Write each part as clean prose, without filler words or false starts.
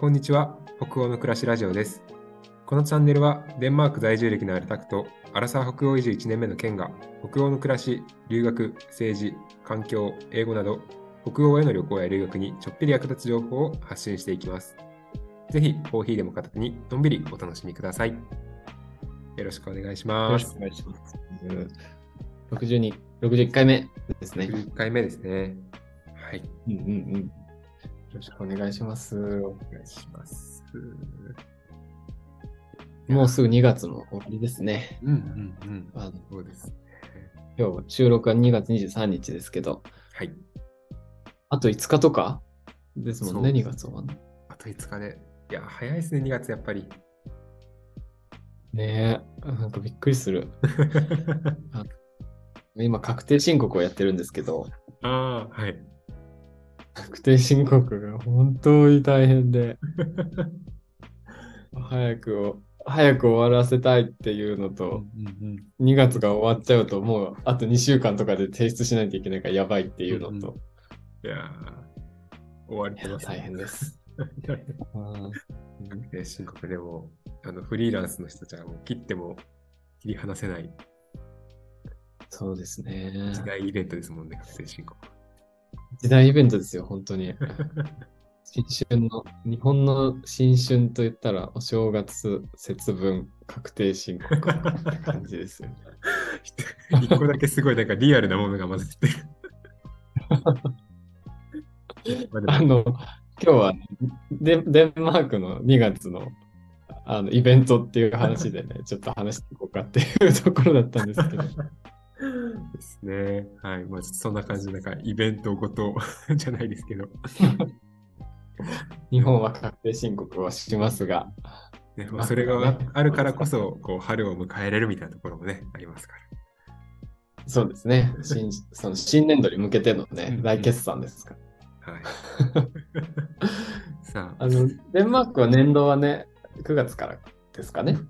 こんにちは。北欧の暮らしラジオです。このチャンネルはデンマーク在住歴のあるタクとアラサー北欧移住1年目のケンが北欧の暮らし、留学、政治、環境、英語など北欧への旅行や留学にちょっぴり役立つ情報を発信していきます。ぜひコーヒーでも片手にのんびりお楽しみください。よろしくお願いしよます。 ろしくお願いします。62、61回目ですね。 1回目ですね。はい。 よろしくお願いします。 お願いします。 もうすぐ2月の終わりですね。 そうです。 今日収録は2月23日ですけど、 はい。 あと5日とかですもんね、2月終わるの。 あと5日で。いや、早いですね、2月やっぱり。 ねえ、なんかびっくりする。今、確定申告をやってるんですけど、 はい。 確定申告が本当に大変で、早く終わらせたいっていうのと、2月が終わっちゃうともうあと2週間とかで提出しないといけないからやばいっていうのと、 いやー、終わりてます、 大変です。 確定申告でもフリーランスの人たちはもう切っても切り離せないそうですね。 時代イベントですもんね、確定申告。 時代イベントですよ、本当に。日本の新春といったら、お正月、節分、確定申告って感じですよね。 一個だけすごいなんかリアルなものが混ざってる。 今日はデンマークの2月のイベントっていう話でね、ちょっと話していこうかっていうところだったんですけど。 ですね。はい。まあ、そんな感じで、なんかイベントごとじゃないですけど。 日本は確定申告をしますが。 ね、まあ、それがあるからこそ、こう春を迎えれるみたいなところもね、ありますから。 そうですね。その新年度に向けてのね、大決算ですから。 はい。さあ。 デンマークは年度はね、9月からですかね。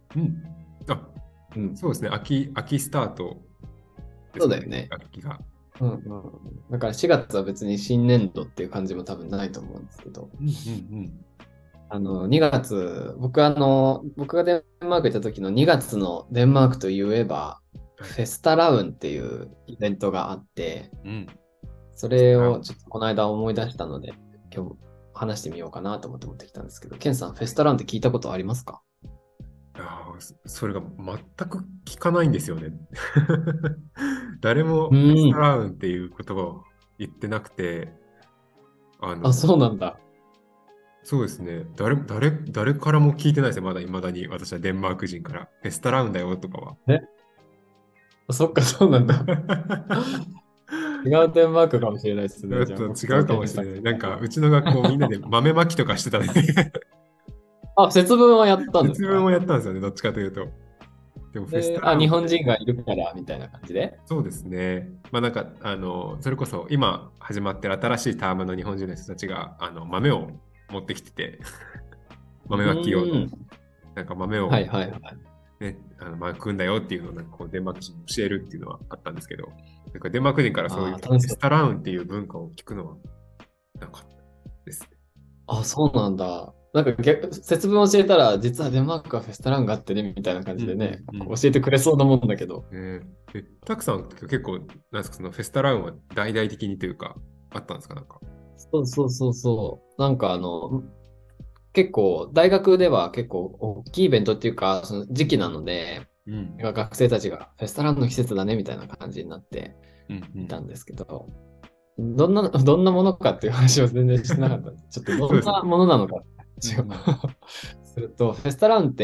そうですね。秋スタートそうだよね。 秋が。 だから4月は別に新年度っていう感じも多分ないと思うんですけど。2月、僕がデンマーク行った時の2月のデンマークといえば、フェスタラウンっていうイベントがあって、それをちょっとこの間思い出したので、今日話してみようかなと思って持ってきたんですけど、ケンさん、フェスタラウンって聞いたことありますか？ それが全く聞かないんですよね。誰もフェスタラウンっていう言葉を言ってなくて、 そうなんだ。 そうですね。誰からも聞いてないですよ。まだ未だに私はデンマーク人からフェスタラウンだよとかは。 そっか、そうなんだ。違うデンマークかもしれないですね。 ちょっと違うかもしれない。なんか、うちの学校みんなで豆まきとかしてたね。 節分はやったんですか？ 節分をやったんですよね、どっちかというと。でもフェスタラウン日本人がいるからみたいな感じで。 そうですね。まあなんか、それこそ今始まってる新しいタームの日本人の人たちが、豆を持ってきてて、豆まき用の、なんか豆を、ね、まくんだよっていうのをなんかこうデンマーク人に教えるっていうのはあったんですけど、なんかデンマーク人からそういうフェスタラウンっていう文化を聞くのはなかったですね。 そうなんだ。なんか節分教えたら、実はデンマークはフェスタラウンがあってね、みたいな感じでね、教えてくれそうなもんだけど。 たくさん結構、なんですか、そのフェスタラウンは大々的にというか、あったんですか、なんか。 そう。なんか結構、大学では結構大きいイベントっていうか、その時期なので、学生たちがフェスタラウンの季節だね、みたいな感じになっていたんですけど、どんなものかっていう話を全然してなかった。ちょっとどんなものなのかっていうすると、フェスタラウンって、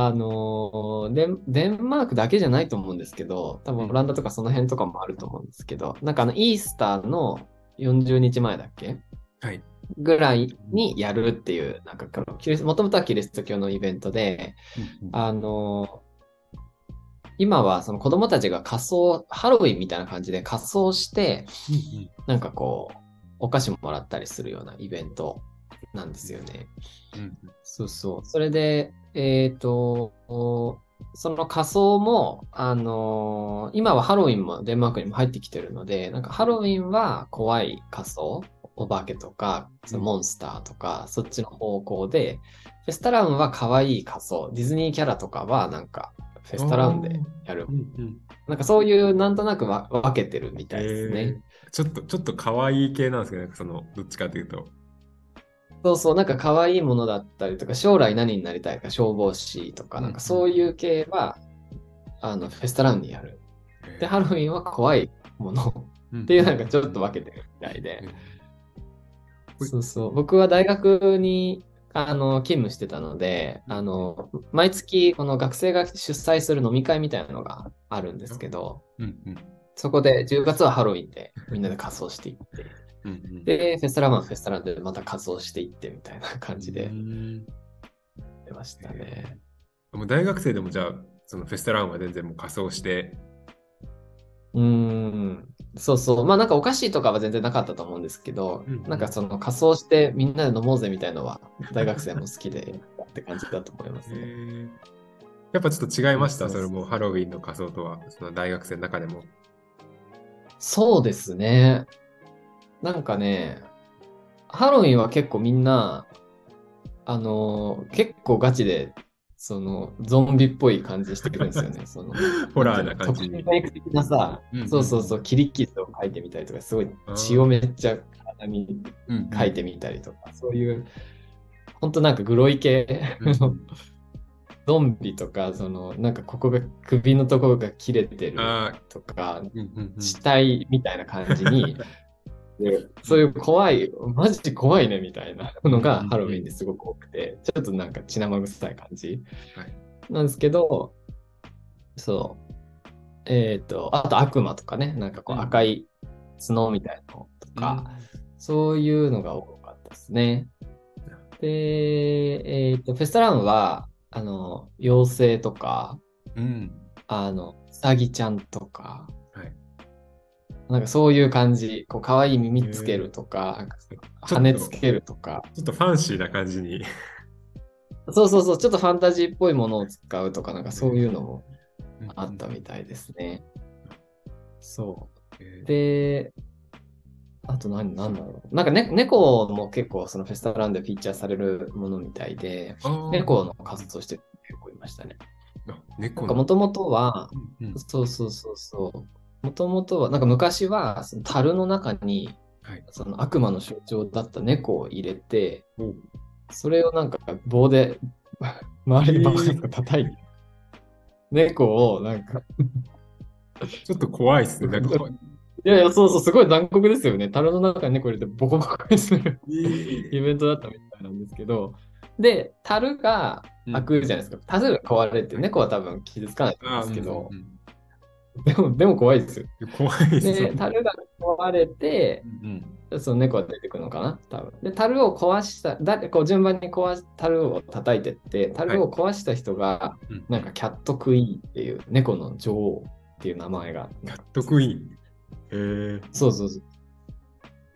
デンマークだけじゃないと思うんですけど、多分オランダとかその辺とかもあると思うんですけど、なんかイースターの40日前だっけ？ぐらいにやるっていう、なんかもともとはキリスト教のイベントで、今はその子供たちがハロウィンみたいな感じで仮装して、なんかこう、お菓子もらったりするようなイベントなんですよね。そうそう。それで、その仮装も、今はハロウィンもデンマークにも入ってきてるので、なんかハロウィンは怖い仮装お化けとか、そのモンスターとか、そっちの方向で、フェスタラウンは可愛い仮装、ディズニーキャラとかはなんかフェスタラウンでやる。なんかそういうなんとなく分けてるみたいですね。 ちょっと可愛い系なんですけど、なんかその、どっちかというと。 そうそう、なんか可愛いものだったりとか、将来何になりたいか、消防士とか、なんかそういう系は、フェスタラウンにやる。で、ハロウィンは怖いものっていうなんかちょっと分けてるみたいで。そうそう。僕は大学に勤務してたので、毎月この学生が主催する飲み会みたいなのがあるんですけど、そこで10月はハロウィンでみんなで仮装していって、で、フェスタラウンはフェスタラウンでまた仮装していってみたいな感じで出ましたね。 もう大学生でもじゃあ、そのフェスタラウンは全然もう仮装して。 そうそう。まあなんかお菓子とかは全然なかったと思うんですけど、なんかその仮装してみんなで飲もうぜみたいのは大学生も好きでって感じだと思いますね。 やっぱちょっと違いました、それもハロウィンの仮装とは、その大学生の中でも。 そうですね。なんかね、ハロウィンは結構みんな、結構ガチで、その、ゾンビっぽい感じしてくるんですよね。その、 ホラーな感じに。 特殊的なさ、そうそうそう、切り傷を描いてみたりとか、すごい血をめっちゃ体に描いてみたりとか、そういう、ほんとなんかグロい系のゾンビとか、その、なんかここが、首のところが切れてるとか、死体みたいな感じに、そういう怖い、マジ怖いねみたいなのがハロウィンですごく多くて、ちょっとなんか血生臭い感じなんですけど、そう。あと悪魔とかね、なんかこう赤い角みたいなのとか、そういうのが多かったですね。で、フェスタラウンは、妖精とか、うさぎちゃんとか、なんかそういう感じ、こう可愛い耳つけるとか、羽つけるとか。 ちょっとファンシーな感じに。 そうそうそう、ちょっとファンタジーっぽいものを使うとか、なんかそういうのもあったみたいですね。そう。で、あとなんだろう。なんか、猫も結構そのフェスタラウンでフィーチャーされるものみたいで、猫の活動してる人結構いましたね。猫のもともとは、そうそうそうそう。もともとは、なんか昔は、その樽の中に、その悪魔の象徴だった猫を入れて、それをなんか棒で周りにバカバカ叩いて、猫をなんかちょっと怖いっすね。なんかいやいや、そうそう、すごい残酷ですよね。樽の中に猫入れてボコボコにするイベントだったみたいなんですけど、で、樽が開くじゃないですか。樽が壊れて、猫は多分傷つかないんですけど、でも怖いですよ。 怖いですで、樽が壊れて、その猫が出てくるのかな多分。で、樽を壊した、こう順番に樽を叩いてって、樽を壊した人が、なんかキャットクイーンっていう猫の女王っていう名前が。 キャットクイーン。 そうそうそう。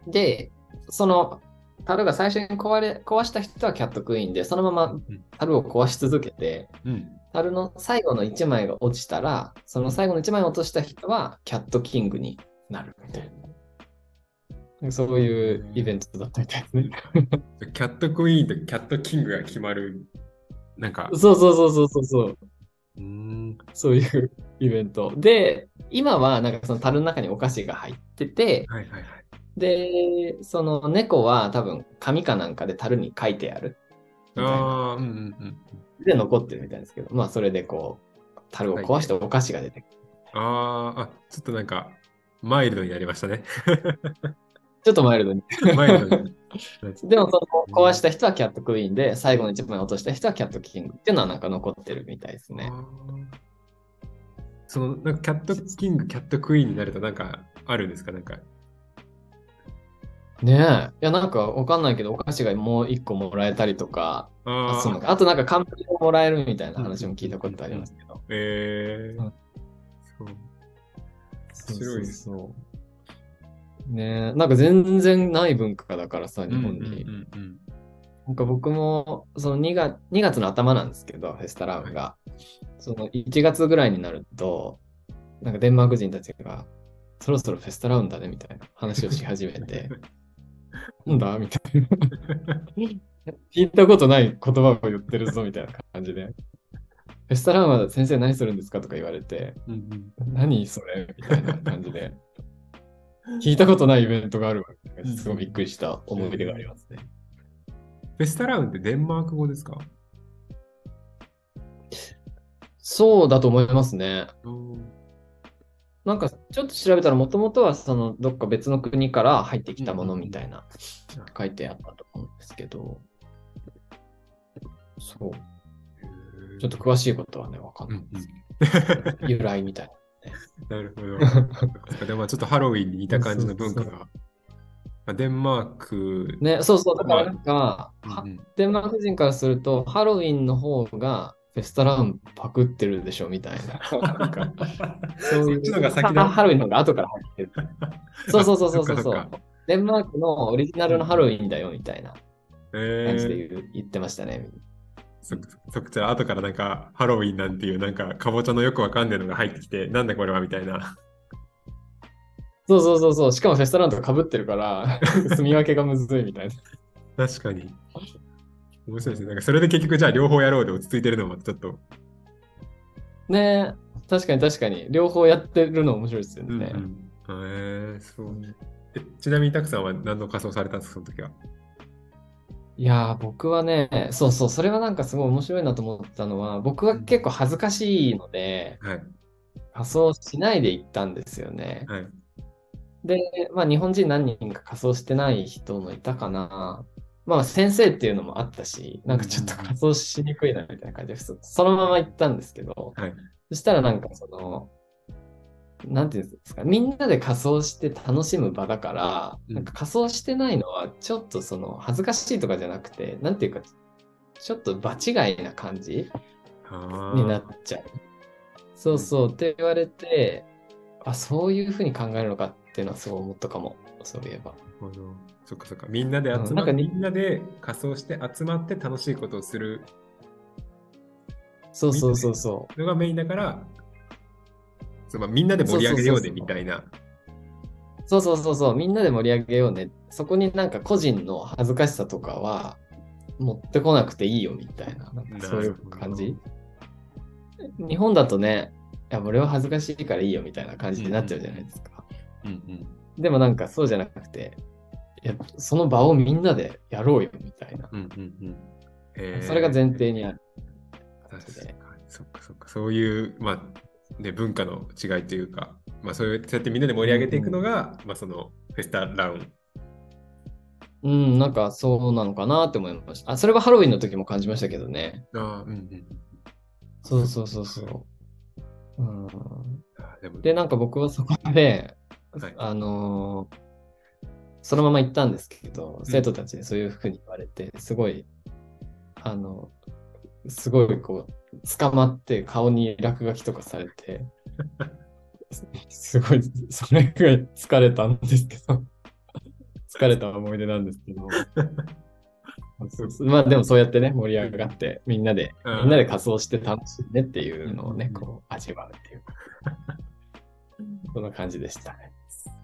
で、その樽が最初に壊した人はキャットクイーンで、そのまま樽を壊し続けて、樽の最後の1枚が落ちたら、その最後の1枚を落とした人はキャットキングになるみたいな。そういうイベントだったみたいですね。 キャットクイーンとキャットキングが決まる。なんか。 そうそうそうそうそう。そういうイベント。で、今はなんかその樽の中にお菓子が入ってて、で、その猫は多分紙かなんかで樽に書いてあるみたいな。で残ってるみたいですけど、まあそれでこう、樽を壊してお菓子が出てくる。 ちょっとなんかマイルドになりましたね。 ちょっとマイルドに。でもその壊した人はキャットクイーンで、最後の一枚落とした人はキャットキングっていうのはなんか残ってるみたいですね。 そのなんかキャットキング、キャットクイーンになるとなんかあるんですかなんか。 ねえ。いやなんかわかんないけど、お菓子がもう一個もらえたりとか、あとなんか冠をもらえるみたいな話も聞いたことありますけど。 そう。面白いです。 ねえ、なんか全然ない文化だからさ、日本に。なんか僕も、その2月の頭なんですけど、フェスタラウンが。その1月ぐらいになると、なんかデンマーク人たちが、そろそろフェスタラウンだねみたいな話をし始めて。 なんだみたいな。聞いたことない言葉を言ってるぞみたいな感じで。フェスタランは先生何するんですかとか言われて、何それみたいな感じで。聞いたことないイベントがあるわ。すごいびっくりした思い出がありますね。 フェスタラウンってデンマーク語ですか？ そうだと思いますね。なんかちょっと調べたらもともとはそのどっか別の国から入ってきたものみたいな書いてあったと思うんですけど、そう。ちょっと詳しいことはね、わかんないですけど。由来みたいな。なるほど。でもちょっとハロウィンに似た感じの文化が。デンマーク。 ね、そうそう。だからなんか、デンマーク人からすると、ハロウィンの方がフェスタラウンパクってるでしょみたいな。なんかそういう。 そっちのが先だ。 ハロウィンの方が後から入ってる。そうそうそうそうそう。デンマークのオリジナルのハロウィンだよみたいな感じで言ってましたね。 そっちは後からなんかハロウィンなんていうなんかかぼちゃのよくわかんないのが入ってきて、なんだこれはみたいな。 そうそうそうそう。しかもフェスタラウンとか被ってるから、住み分けがむずいみたいな。確かに。面白いですね。なんかそれで結局じゃあ両方やろうで落ち着いてるのもちょっと。 ねえ、確かに確かに。両方やってるの面白いですよね。 そう。ちなみにたくさんは何の仮装されたんですか、その時は。 いやー、僕はね、そうそう、それはなんかすごい面白いなと思ったのは、僕は結構恥ずかしいので、仮装しないで行ったんですよね。で、まあ日本人何人か仮装してない人もいたかな。まあ先生っていうのもあったし、なんかちょっと仮装しにくいなみたいな感じで、そのまま行ったんですけど、そしたらなんかその、なんていうんですか、みんなで仮装して楽しむ場だから、なんか仮装してないのはちょっとその恥ずかしいとかじゃなくて、なんていうか、ちょっと場違いな感じになっちゃう。そうそうって言われて、そういうふうに考えるのかっていうのはすごい思ったかも、そういえば。 そっかそっか。みんなで集まって、みんなで仮装して集まって楽しいことをする。 そうそうそうそう。 のがメインだから、みんなで盛り上げようねみたいな。 そうそうそうそう。みんなで盛り上げようね。そこになんか個人の恥ずかしさとかは持ってこなくていいよみたいな、なんかそういう感じ。日本だとね、いや、俺は恥ずかしいからいいよみたいな感じになっちゃうじゃないですか。でもなんかそうじゃなくて、いや、その場をみんなでやろうよみたいな。それが前提にある。 そっかそっか。そういう、まあ、ね、文化の違いというか、まあそうやってみんなで盛り上げていくのが、まあそのフェスタラウン。 なんかそうなのかなって思いました。それはハロウィンの時も感じましたけどね。そうそうそうそう。で、なんか僕はそこで、そのまま行ったんですけど、生徒たちにそういうふうに言われて、すごい、すごいこう、捕まって顔に落書きとかされて、すごい、それくらい疲れたんですけど、疲れた思い出なんですけど、まあでもそうやってね、盛り上がって、みんなで仮装して楽しいねっていうのをね、こう味わうっていう。そんな感じでしたね。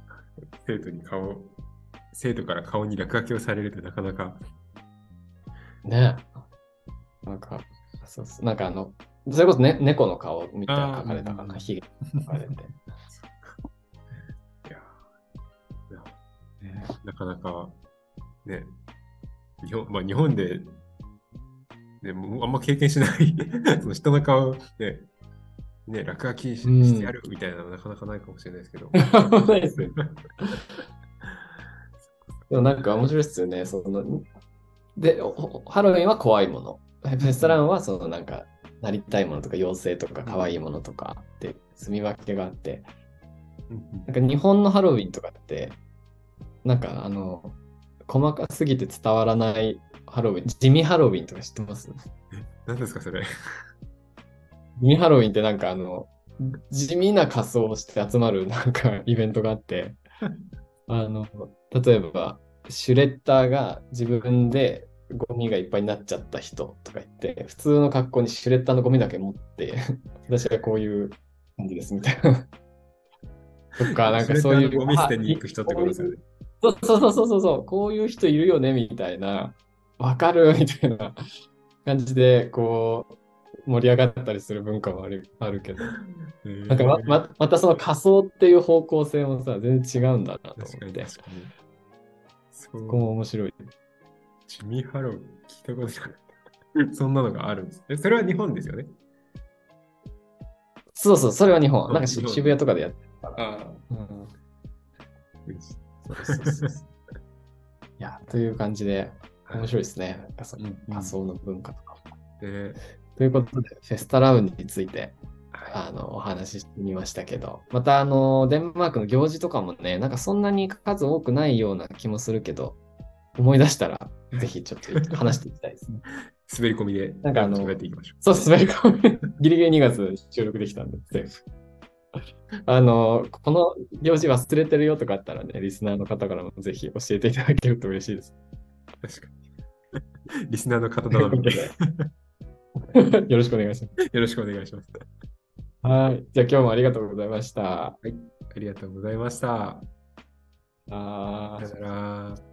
生徒から顔に落書きをされるってなかなか。 ねえ。なんか、そうそう。なんかそれこそね、猫の顔みたいな書かれたかな、ひげ書かれて。 いや、なかなか、ね、日本で、ね、もうあんま経験しないその人の顔で、ね、落書きしてやるみたいなのはなかなかないかもしれないですけど。 ないですよ。でもなんか面白いですよね。で、ハロウィンは怖いもの。フェスタランはそのなんか、なりたいものとか妖精とか可愛いものとかって住み分けがあって、なんか日本のハロウィンとかって、なんか細かすぎて伝わらないハロウィン、地味ハロウィンとか知ってます？ 何ですかそれ。 地味ハロウィンってなんか地味な仮装をして集まるなんかイベントがあって、例えば、シュレッダーが自分でゴミがいっぱいになっちゃった人とか言って、普通の格好にシュレッダーのゴミだけ持って、私はこういう感じですみたいな。とか、なんかそういう。 ゴミ捨てに行く人ってことですよね。 そう、こういう人いるよね、みたいな、わかるみたいな感じで、こう、盛り上がったりする文化もあるけど、なんかまたその仮想っていう方向性もさ、全然違うんだなと確かに思って、 確かに。そそこも面白い。 ジミー・ハロー聞いたことない。そんなのがあるんです。それは日本ですよね。 そう、それは日本。なんか日本渋谷とかでやってるから。 ああ。 うん、そう。いや、という感じで、面白いですね。なんかその仮想の文化とか。ということで、フェスタラウンについて、お話ししてみましたけど、また、デンマークの行事とかもね、なんかそんなに数多くないような気もするけど、思い出したら、ぜひちょっと話していきたいですね。 滑り込みで、 なんか喋っていきましょう。そう、滑り込み、ギリギリ2月収録できたんで、この行事忘れてるよとかあったらね、リスナーの方からもぜひ教えていただけると嬉しいです。 確かに。リスナーの方頼みで。 よろしくお願いします。 よろしくお願いします。 はい。じゃあ今日もありがとうございました。はい。ありがとうございました。 さよなら。